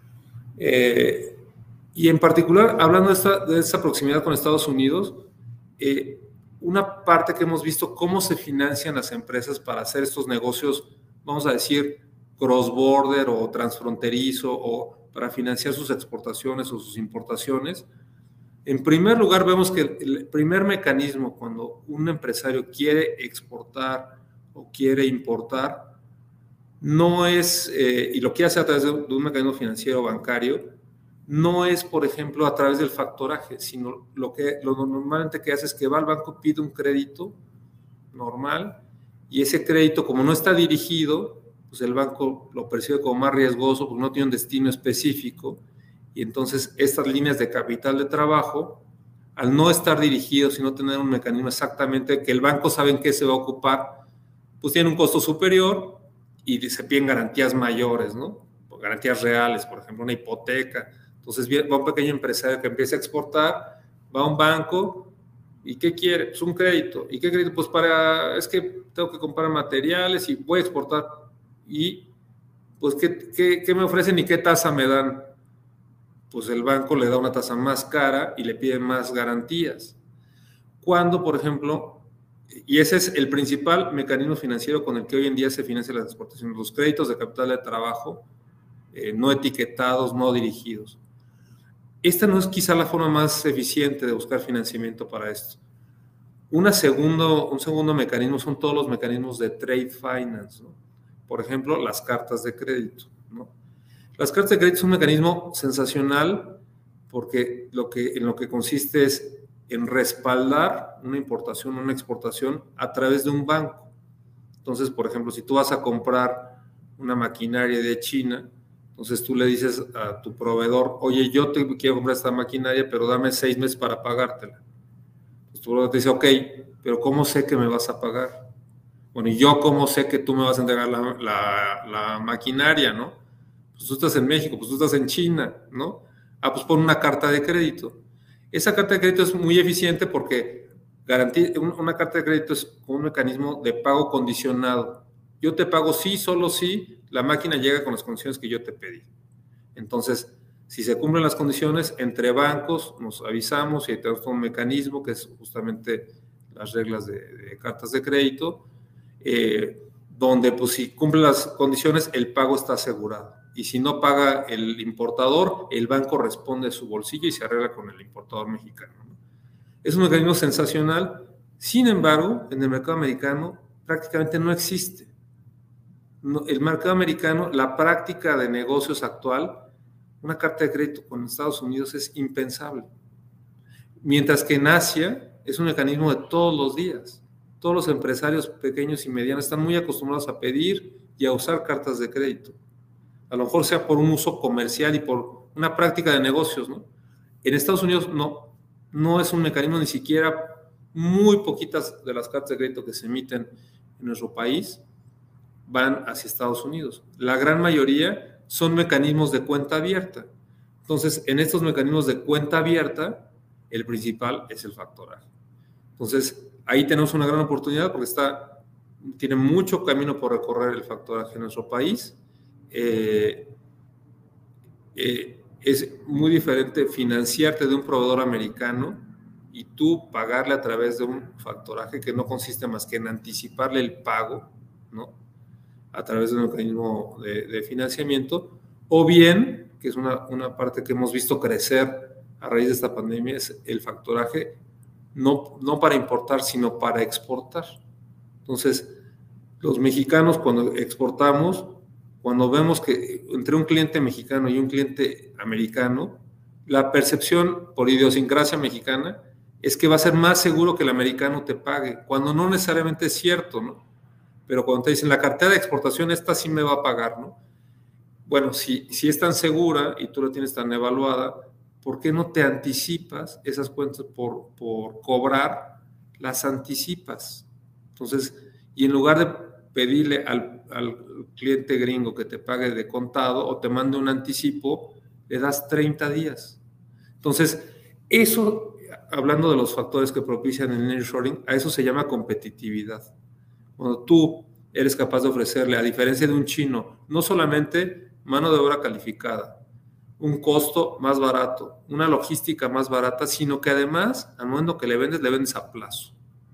Y en particular, hablando de esta proximidad con Estados Unidos, una parte que hemos visto cómo se financian las empresas para hacer estos negocios, vamos a decir, cross-border o transfronterizo, o para financiar sus exportaciones o sus importaciones. En primer lugar, vemos que el primer mecanismo cuando un empresario quiere exportar o quiere importar, no es, y lo quiere hacer a través de un mecanismo financiero bancario, no es, por ejemplo, a través del factoraje, sino lo normalmente que hace es que va al banco, pide un crédito normal, y ese crédito, como no está dirigido, pues el banco lo percibe como más riesgoso porque no tiene un destino específico, y entonces estas líneas de capital de trabajo, al no estar dirigidos y no tener un mecanismo exactamente que el banco sabe en qué se va a ocupar, pues tiene un costo superior y se piden garantías mayores, ¿no? Garantías reales, por ejemplo, una hipoteca. Entonces va un pequeño empresario que empieza a exportar, va a un banco y ¿qué quiere? Pues un crédito. ¿Y qué crédito? Pues es que tengo que comprar materiales y voy a exportar. Y pues, ¿qué me ofrecen y qué tasa me dan? Pues el banco le da una tasa más cara y le pide más garantías. Cuando, por ejemplo, y ese es el principal mecanismo financiero con el que hoy en día se financian las exportaciones, los créditos de capital de trabajo no etiquetados, no dirigidos. Esta no es quizá la forma más eficiente de buscar financiamiento para esto. Un segundo mecanismo son todos los mecanismos de trade finance, ¿no? Por ejemplo, las cartas de crédito, ¿no? Las cartas de crédito es un mecanismo sensacional porque en lo que consiste es en respaldar una importación o una exportación a través de un banco. Entonces, por ejemplo, si tú vas a comprar una maquinaria de China, entonces tú le dices a tu proveedor, oye, yo te quiero comprar esta maquinaria, pero dame 6 meses para pagártela. Pues tu proveedor te dice, ok, pero ¿cómo sé que me vas a pagar? Bueno, ¿y yo cómo sé que tú me vas a entregar la maquinaria, no? Pues tú estás en México, pues tú estás en China, ¿no? Ah, pues pon una carta de crédito. Esa carta de crédito es muy eficiente porque una carta de crédito es un mecanismo de pago condicionado. Yo te pago sí, solo sí, la máquina llega con las condiciones que yo te pedí. Entonces, si se cumplen las condiciones, entre bancos nos avisamos y tenemos un mecanismo que es justamente las reglas de cartas de crédito, donde pues si cumplen las condiciones, el pago está asegurado. Y si no paga el importador, el banco responde de su bolsillo y se arregla con el importador mexicano, ¿no? Es un mecanismo sensacional. Sin embargo, en el mercado americano prácticamente no existe. El mercado americano, la práctica de negocios actual, una carta de crédito con Estados Unidos es impensable. Mientras que en Asia es un mecanismo de todos los días. Todos los empresarios pequeños y medianos están muy acostumbrados a pedir y a usar cartas de crédito. A lo mejor sea por un uso comercial y por una práctica de negocios, ¿no? En Estados Unidos no es un mecanismo, ni siquiera muy poquitas de las cartas de crédito que se emiten en nuestro país van hacia Estados Unidos. La gran mayoría son mecanismos de cuenta abierta. Entonces, en estos mecanismos de cuenta abierta, el principal es el factoraje. Entonces, ahí tenemos una gran oportunidad porque tiene mucho camino por recorrer el factoraje en nuestro país. Es muy diferente financiarte de un proveedor americano y tú pagarle a través de un factoraje que no consiste más que en anticiparle el pago, ¿no? A través de un mecanismo de financiamiento, o bien, que es una parte que hemos visto crecer a raíz de esta pandemia, es el factoraje no para importar, sino para exportar. Entonces, los mexicanos cuando exportamos, cuando vemos que entre un cliente mexicano y un cliente americano, la percepción por idiosincrasia mexicana es que va a ser más seguro que el americano te pague, cuando no necesariamente es cierto, ¿no? Pero cuando te dicen la cartera de exportación, esta sí me va a pagar, ¿no? Bueno, si es tan segura y tú la tienes tan evaluada, ¿por qué no te anticipas esas cuentas por cobrar? Las anticipas. Entonces, y en lugar de pedirle al cliente gringo que te pague de contado o te mande un anticipo, le das 30 días. Entonces, eso, hablando de los factores que propician el nearshoring, a eso se llama competitividad. Cuando tú eres capaz de ofrecerle, a diferencia de un chino, no solamente mano de obra calificada, un costo más barato, una logística más barata, sino que además, al momento que le vendes a plazo.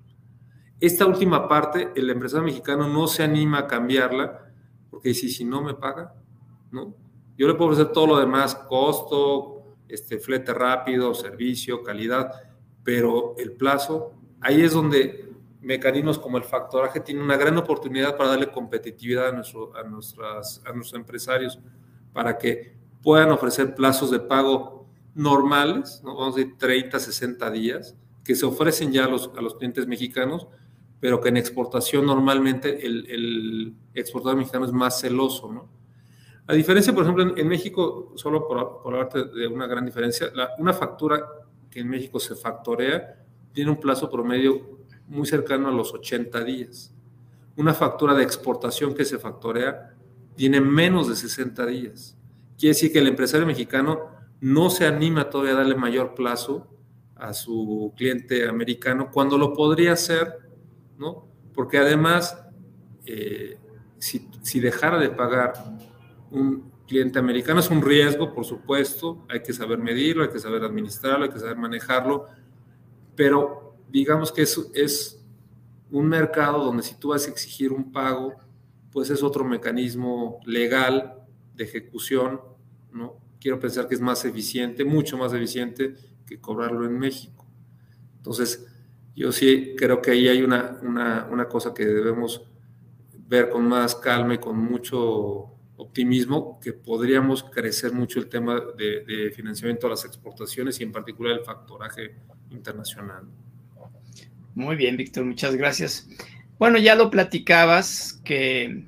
Esta última parte, el empresario mexicano no se anima a cambiarla, porque dice, si no me paga, ¿no? Yo le puedo ofrecer todo lo demás, costo, flete rápido, servicio, calidad, pero el plazo, ahí es donde mecanismos como el factoraje tienen una gran oportunidad para darle competitividad a nuestros empresarios, para que puedan ofrecer plazos de pago normales, ¿no? Vamos a decir 30, 60 días, que se ofrecen ya a los clientes mexicanos, pero que en exportación normalmente el exportador mexicano es más celoso, ¿no? A diferencia, por ejemplo, en México, solo por hablarte de una gran diferencia, una factura que en México se factorea tiene un plazo promedio muy cercano a los 80 días. Una factura de exportación que se factorea tiene menos de 60 días. Quiere decir que el empresario mexicano no se anima todavía a darle mayor plazo a su cliente americano cuando lo podría hacer, ¿no? Porque además, si dejara de pagar un cliente americano. Es un riesgo, por supuesto, hay que saber medirlo, hay que saber administrarlo, hay que saber manejarlo, pero digamos que es un mercado donde si tú vas a exigir un pago, pues es otro mecanismo legal de ejecución, ¿no? Quiero pensar que es más eficiente, mucho más eficiente que cobrarlo en México. Entonces, yo sí creo que ahí hay una cosa que debemos ver con más calma y con mucho optimismo, que podríamos crecer mucho el tema de financiamiento a las exportaciones y en particular el factoraje internacional. Muy bien, Víctor, muchas gracias. Bueno, ya lo platicabas que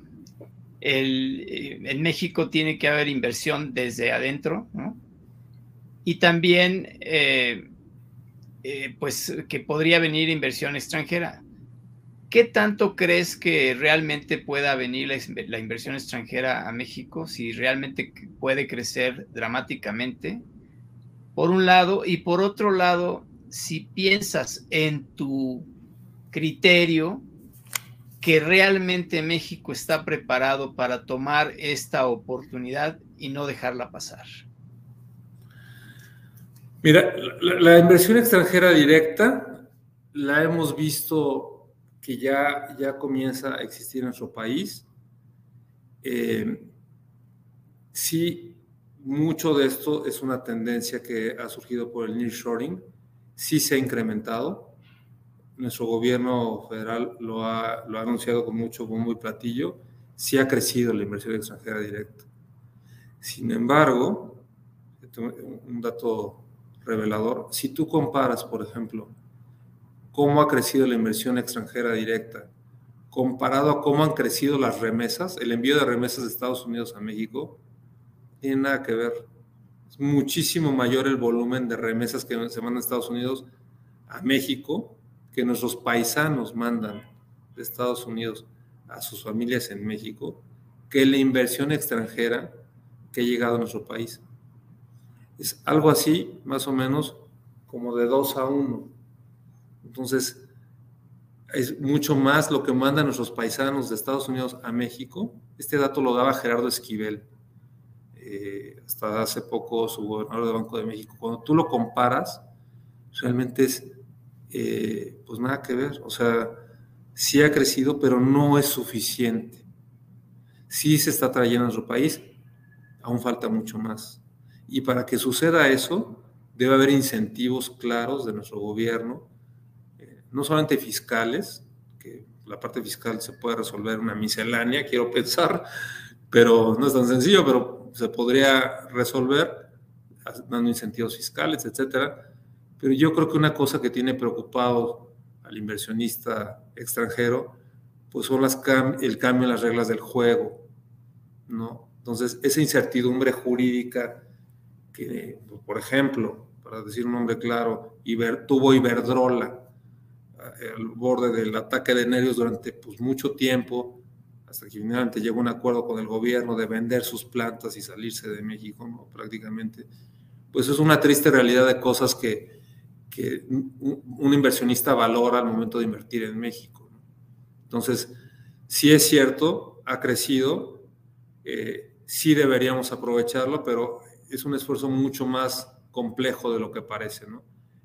en México tiene que haber inversión desde adentro, ¿no? Y también, pues, que podría venir inversión extranjera. ¿Qué tanto crees que realmente pueda venir la inversión extranjera a México? Si realmente puede crecer dramáticamente, por un lado, y por otro lado, si piensas en tu criterio que realmente México está preparado para tomar esta oportunidad y no dejarla pasar. Mira, la inversión extranjera directa la hemos visto que ya comienza a existir en nuestro país. Sí, mucho de esto es una tendencia que ha surgido por el nearshoring, sí se ha incrementado. Nuestro gobierno federal lo ha anunciado con mucho bombo y platillo, sí ha crecido la inversión extranjera directa. Sin embargo, un dato revelador, si tú comparas, por ejemplo, cómo ha crecido la inversión extranjera directa comparado a cómo han crecido las remesas, el envío de remesas de Estados Unidos a México, tiene nada que ver. Es muchísimo mayor el volumen de remesas que se mandan a Estados Unidos a México que nuestros paisanos mandan de Estados Unidos a sus familias en México, que la inversión extranjera que ha llegado a nuestro país. Es algo así, más o menos, como de 2-1. Entonces, es mucho más lo que mandan nuestros paisanos de Estados Unidos a México. Este dato lo daba Gerardo Esquivel, hasta hace poco su gobernador de Banco de México. Cuando tú lo comparas, realmente es, pues nada que ver. O sea, sí ha crecido, pero no es suficiente. Sí se está trayendo a nuestro país, aún falta mucho más. Y para que suceda eso, debe haber incentivos claros de nuestro gobierno, no solamente fiscales, que la parte fiscal se puede resolver una miscelánea, quiero pensar, pero no es tan sencillo, pero se podría resolver dando incentivos fiscales, etcétera. Pero yo creo que una cosa que tiene preocupado al inversionista extranjero, pues son el cambio en las reglas del juego, ¿no? Entonces, esa incertidumbre jurídica que, por ejemplo, para decir un nombre claro, tuvo Iberdrola al borde del ataque de nervios durante pues, mucho tiempo, hasta que finalmente llegó a un acuerdo con el gobierno de vender sus plantas y salirse de México, ¿no? Prácticamente. Pues es una triste realidad de cosas que un inversionista valora al momento de invertir en México, ¿no? Entonces, sí es cierto, ha crecido, sí deberíamos aprovecharlo, pero es un esfuerzo mucho más complejo de lo que parece, ¿no?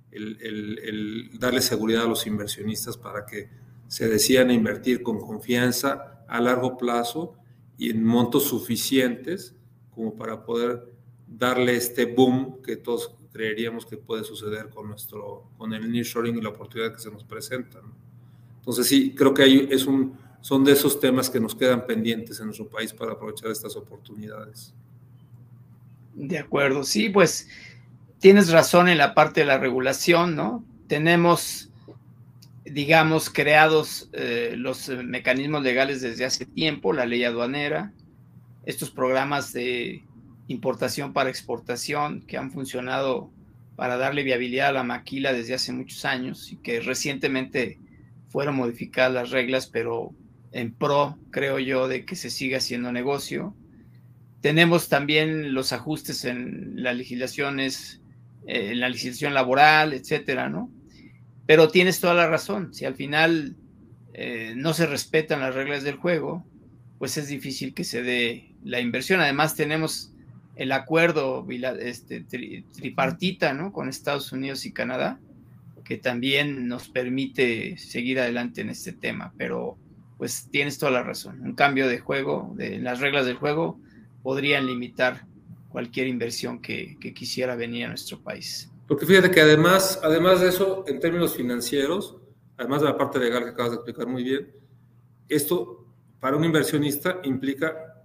El darle seguridad a los inversionistas para que se decidan a invertir con confianza a largo plazo y en montos suficientes como para poder darle este boom que todos creeríamos que puede suceder con el nearshoring y la oportunidad que se nos presenta, ¿no? Entonces sí, creo que son de esos temas que nos quedan pendientes en nuestro país para aprovechar estas oportunidades. De acuerdo, sí, pues tienes razón en la parte de la regulación, ¿no? Tenemos, digamos, creados los mecanismos legales desde hace tiempo, la ley aduanera, estos programas de importación para exportación que han funcionado para darle viabilidad a la maquila desde hace muchos años y que recientemente fueron modificadas las reglas, pero en pro, creo yo, de que se siga haciendo negocio. Tenemos también los ajustes en las legislaciones, en la legislación laboral, etcétera, ¿no? Pero tienes toda la razón. Si al final no se respetan las reglas del juego, pues es difícil que se dé la inversión. Además tenemos el acuerdo tripartita, ¿no?, con Estados Unidos y Canadá, que también nos permite seguir adelante en este tema, pero pues tienes toda la razón. Un cambio de juego, de las reglas del juego, podrían limitar cualquier inversión que quisiera venir a nuestro país. Porque fíjate que además de eso, en términos financieros, además de la parte legal que acabas de explicar muy bien, esto para un inversionista implica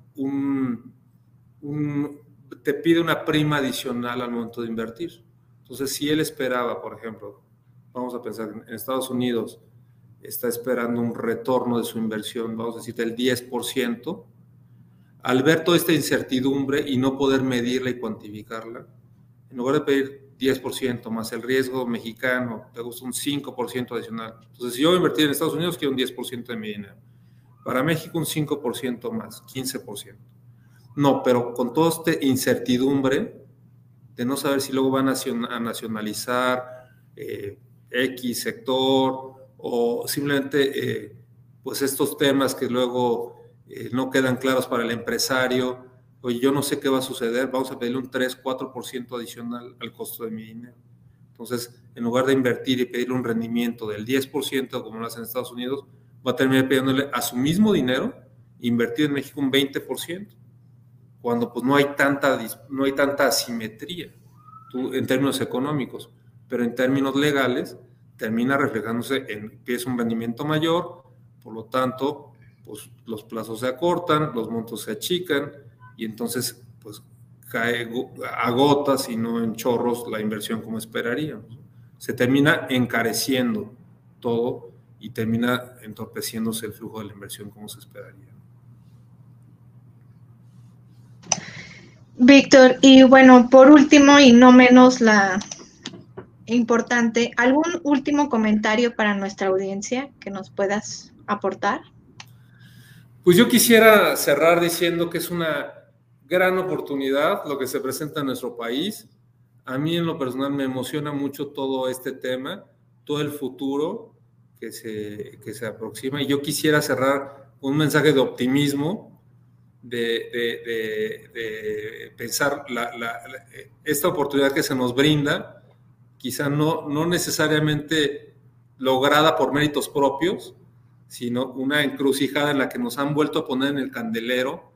te pide una prima adicional al momento de invertir. Entonces, si él esperaba, por ejemplo, vamos a pensar en Estados Unidos, está esperando un retorno de su inversión, vamos a decir, del 10%, al ver toda esta incertidumbre y no poder medirla y cuantificarla, en lugar de pedir 10% más el riesgo mexicano, te gusta un 5% adicional. Entonces, si yo voy a invertir en Estados Unidos, quiero un 10% de mi dinero. Para México, un 5% más, 15%. No, pero con toda esta incertidumbre de no saber si luego van a nacionalizar X sector o simplemente pues estos temas que luego no quedan claros para el empresario. Oye, yo no sé qué va a suceder, vamos a pedirle un 3-4% adicional al costo de mi dinero. Entonces, en lugar de invertir y pedirle un rendimiento del 10%, como lo hacen en Estados Unidos, va a terminar pidiéndole a su mismo dinero invertir en México un 20%, cuando pues no hay tanta asimetría en términos económicos, pero en términos legales termina reflejándose en que es un rendimiento mayor, por lo tanto, pues los plazos se acortan, los montos se achican, y entonces pues cae a gotas y no en chorros la inversión como esperaríamos. Se termina encareciendo todo y termina entorpeciéndose el flujo de la inversión como se esperaría. Víctor, y bueno, por último y no menos importante, ¿algún último comentario para nuestra audiencia que nos puedas aportar? Pues yo quisiera cerrar diciendo que es una gran oportunidad lo que se presenta en nuestro país. A mí en lo personal me emociona mucho todo este tema, todo el futuro que se aproxima, y yo quisiera cerrar con un mensaje de optimismo, de pensar esta oportunidad que se nos brinda, quizá no necesariamente lograda por méritos propios, sino una encrucijada en la que nos han vuelto a poner en el candelero,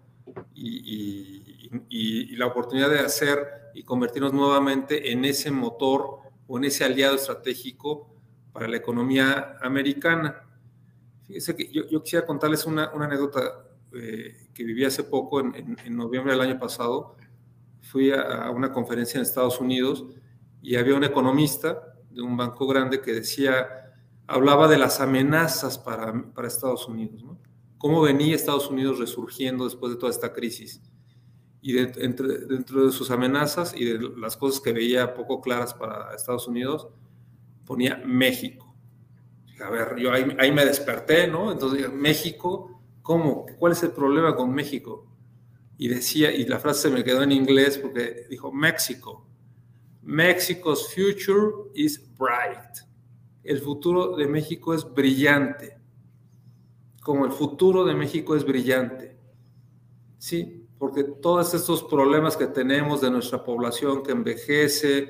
y la oportunidad de hacer y convertirnos nuevamente en ese motor o en ese aliado estratégico para la economía americana. Fíjense que yo quisiera contarles una anécdota que viví hace poco, en noviembre del año pasado. Fui a una conferencia en Estados Unidos y había un economista de un banco grande que hablaba de las amenazas para Estados Unidos, ¿no? Cómo venía Estados Unidos resurgiendo después de toda esta crisis. Y dentro de sus amenazas y de las cosas que veía poco claras para Estados Unidos, ponía México. A ver, yo ahí me desperté, ¿no? Entonces, México, ¿cómo? ¿Cuál es el problema con México? Y decía, y la frase se me quedó en inglés porque dijo, México. Mexico's future is bright. El futuro de México es brillante. Como el futuro de México es brillante. Sí, porque todos estos problemas que tenemos de nuestra población que envejece,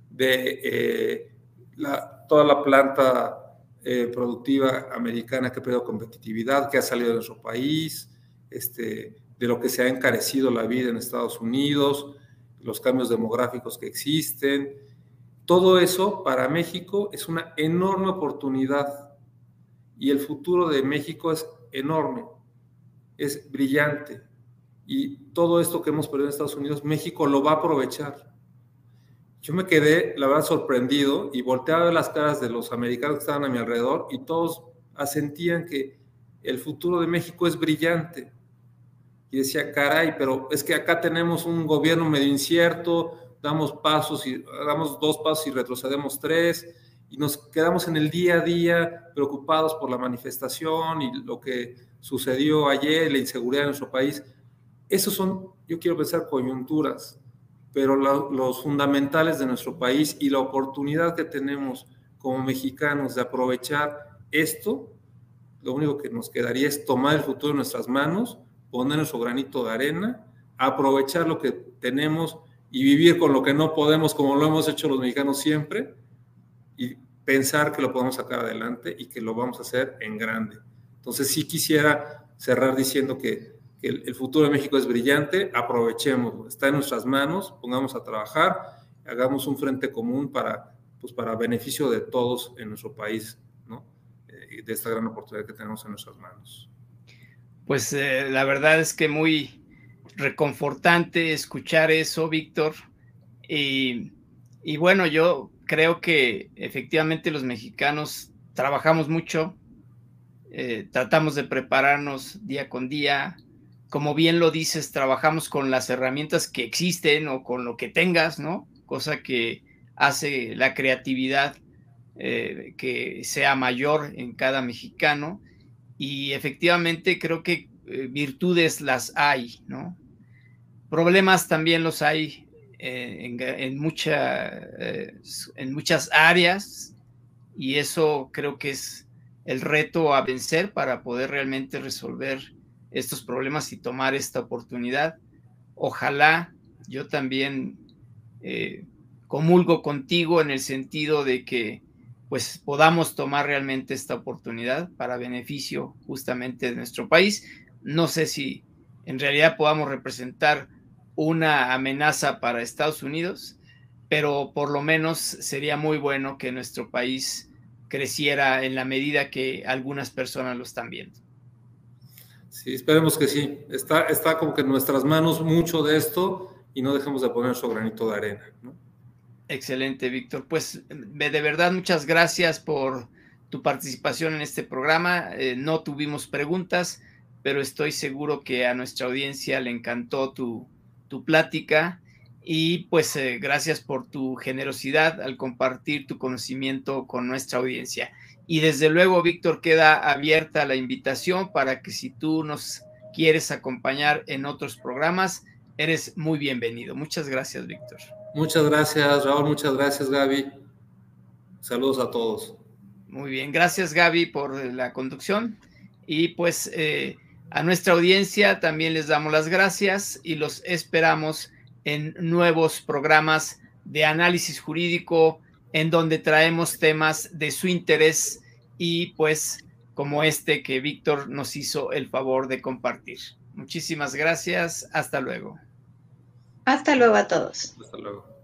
de toda la planta productiva americana que ha perdido competitividad, que ha salido de nuestro país, de lo que se ha encarecido la vida en Estados Unidos, los cambios demográficos que existen, todo eso para México es una enorme oportunidad, y el futuro de México es enorme, es brillante, y todo esto que hemos perdido en Estados Unidos, México lo va a aprovechar. Yo me quedé, la verdad, sorprendido, y volteaba a ver las caras de los americanos que estaban a mi alrededor, y todos asentían que el futuro de México es brillante. Y decía, caray, pero es que acá tenemos un gobierno medio incierto, damos dos pasos y retrocedemos 3, y nos quedamos en el día a día preocupados por la manifestación y lo que sucedió ayer, la inseguridad en nuestro país. Esos son, yo quiero pensar, coyunturas, pero los fundamentales de nuestro país y la oportunidad que tenemos como mexicanos de aprovechar esto, lo único que nos quedaría es tomar el futuro en nuestras manos, poner nuestro granito de arena, aprovechar lo que tenemos y vivir con lo que no podemos, como lo hemos hecho los mexicanos siempre, y pensar que lo podemos sacar adelante y que lo vamos a hacer en grande. Entonces sí quisiera cerrar diciendo que el futuro de México es brillante, aprovechémoslo, está en nuestras manos, pongamos a trabajar, hagamos un frente común para beneficio de todos en nuestro país, ¿no? De esta gran oportunidad que tenemos en nuestras manos. Pues la verdad es que muy reconfortante escuchar eso, Víctor. Y bueno, yo creo que efectivamente los mexicanos trabajamos mucho, tratamos de prepararnos día con día. Como bien lo dices, trabajamos con las herramientas que existen o con lo que tengas, ¿no? Cosa que hace la creatividad que sea mayor en cada mexicano. Y efectivamente creo que virtudes las hay, ¿no? Problemas también los hay en muchas áreas, y eso creo que es el reto a vencer para poder realmente resolver estos problemas y tomar esta oportunidad. Ojalá yo también comulgo contigo en el sentido de que pues podamos tomar realmente esta oportunidad para beneficio justamente de nuestro país. No sé si en realidad podamos representar una amenaza para Estados Unidos, pero por lo menos sería muy bueno que nuestro país creciera en la medida que algunas personas lo están viendo. Sí, esperemos que sí. Está como que en nuestras manos mucho de esto y no dejemos de poner nuestro granito de arena, ¿no? Excelente, Víctor. Pues de verdad muchas gracias por tu participación en este programa. No tuvimos preguntas, pero estoy seguro que a nuestra audiencia le encantó tu plática, y pues gracias por tu generosidad al compartir tu conocimiento con nuestra audiencia. Y desde luego, Víctor, queda abierta la invitación para que si tú nos quieres acompañar en otros programas, eres muy bienvenido. Muchas gracias, Víctor. Muchas gracias, Raúl. Muchas gracias, Gaby. Saludos a todos. Muy bien, gracias, Gaby, por la conducción. Y pues a nuestra audiencia también les damos las gracias y los esperamos en nuevos programas de análisis jurídico en donde traemos temas de su interés y pues como este que Víctor nos hizo el favor de compartir. Muchísimas gracias. Hasta luego. Hasta luego a todos. Hasta luego.